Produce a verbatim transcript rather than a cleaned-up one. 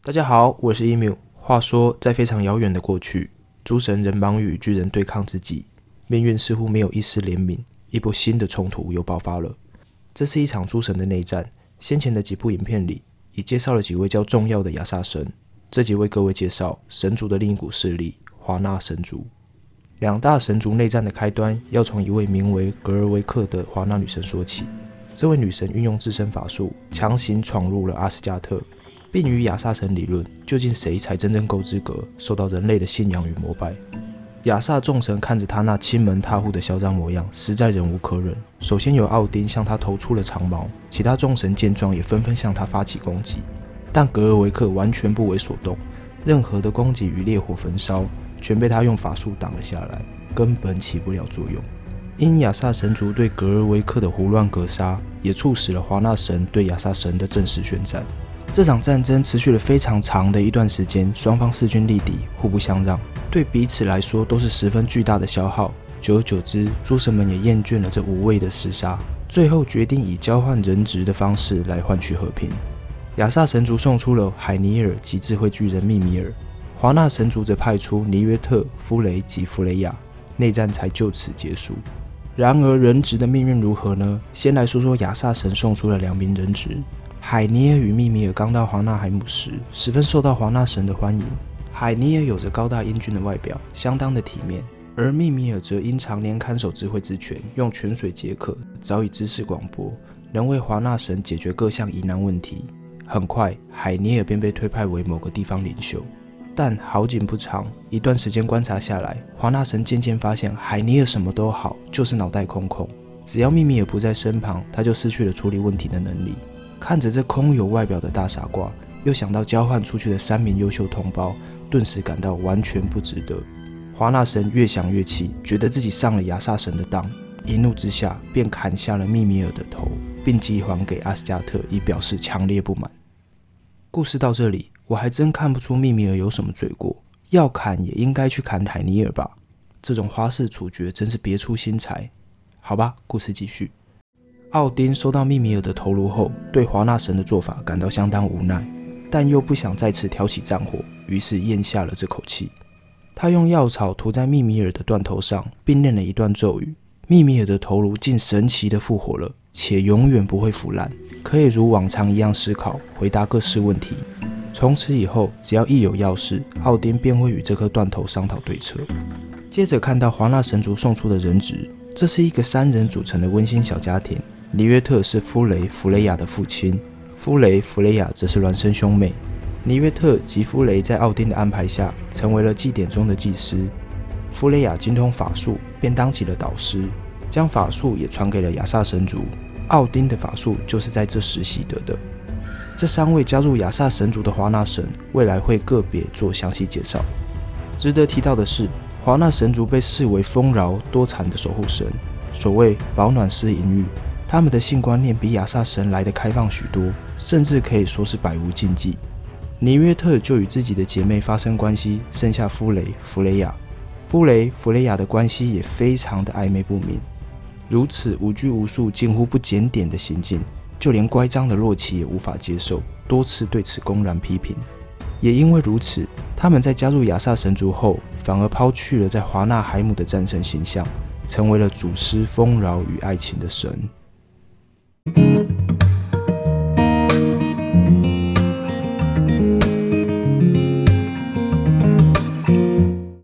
大家好，我是 Emu。话说，在非常遥远的过去，诸神仍忙于与巨人对抗之际，命运似乎没有一丝怜悯，一波新的冲突又爆发了。这是一场诸神的内战。先前的几部影片里，已介绍了几位较重要的亚萨神。这集为各位介绍神族的另一股势力——华纳神族。两大神族内战的开端，要从一位名为格尔维克的华纳女神说起。这位女神运用自身法术，强行闯入了阿斯加特，并与亚萨神理论，究竟谁才真正够资格受到人类的信仰与膜拜。亚萨众神看着他那亲门踏户的嚣张模样，实在忍无可忍。首先由奥丁向他投出了长矛，其他众神见状也纷纷向他发起攻击，但格尔维克完全不为所动，任何的攻击与烈火焚烧，全被他用法术挡了下来，根本起不了作用。因亚萨神族对格尔维克的胡乱格杀，也促使了华纳神对亚萨神的正式宣战。这场战争持续了非常长的一段时间，双方势均力敌，互不相让，对彼此来说都是十分巨大的消耗。久而久之，诸神们也厌倦了这无谓的厮杀，最后决定以交换人质的方式来换取和平。亚萨神族送出了海尼尔及智慧巨人密米尔，华纳神族则派出尼约特、夫雷及弗雷亚，内战才就此结束。然而人质的命运如何呢？先来说说亚萨神送出了两名人质。海尼尔与密米尔刚到华纳海姆时，十分受到华纳神的欢迎。海尼尔有着高大英俊的外表，相当的体面，而密米尔则因常年看守智慧之泉，用泉水解渴，早已知识广博，能为华纳神解决各项疑难问题。很快，海尼尔便被推派为某个地方领袖。但好景不长，一段时间观察下来，华纳神渐渐发现海尼尔什么都好，就是脑袋空空。只要密米尔不在身旁，他就失去了处理问题的能力。看着这空有外表的大傻瓜，又想到交换出去的三名优秀同胞，顿时感到完全不值得。华纳神越想越气，觉得自己上了亚萨神的当，一怒之下便砍下了密米尔的头，并寄还给阿斯加特，以表示强烈不满。故事到这里，我还真看不出密米尔有什么罪过，要砍也应该去砍海尼尔吧。这种花式处决真是别出心裁。好吧，故事继续。奥丁收到密米尔的头颅后，对华纳神的做法感到相当无奈，但又不想再次挑起战火，于是咽下了这口气。他用药草涂在密米尔的断头上，并念了一段咒语，密米尔的头颅竟神奇地复活了，且永远不会腐烂，可以如往常一样思考，回答各式问题。从此以后，只要一有要事，奥丁便会与这颗断头商讨对策。接着看到华纳神族送出的人质，这是一个三人组成的温馨小家庭。尼约特是夫雷、弗雷亚的父亲，夫雷、弗雷亚则是孪生兄妹。尼约特及夫雷在奥丁的安排下，成为了祭典中的祭司。弗雷亚精通法术，便当起了导师，将法术也传给了亚萨神族。奥丁的法术就是在这时习得的。这三位加入亚萨神族的华纳神，未来会个别做详细介绍。值得提到的是，华纳神族被视为丰饶多产的守护神，所谓保暖思淫欲，他们的性观念比亚萨神来的开放许多，甚至可以说是百无禁忌。尼约特就与自己的姐妹发生关系，生下夫雷、弗雷亚。夫雷、弗雷亚的关系也非常的暧昧不明。如此无拘无束、近乎不检点的行径，就连乖张的洛奇也无法接受，多次对此公然批评。也因为如此，他们在加入亚萨神族后，反而抛去了在华纳海姆的战神形象，成为了主施丰饶与爱情的神。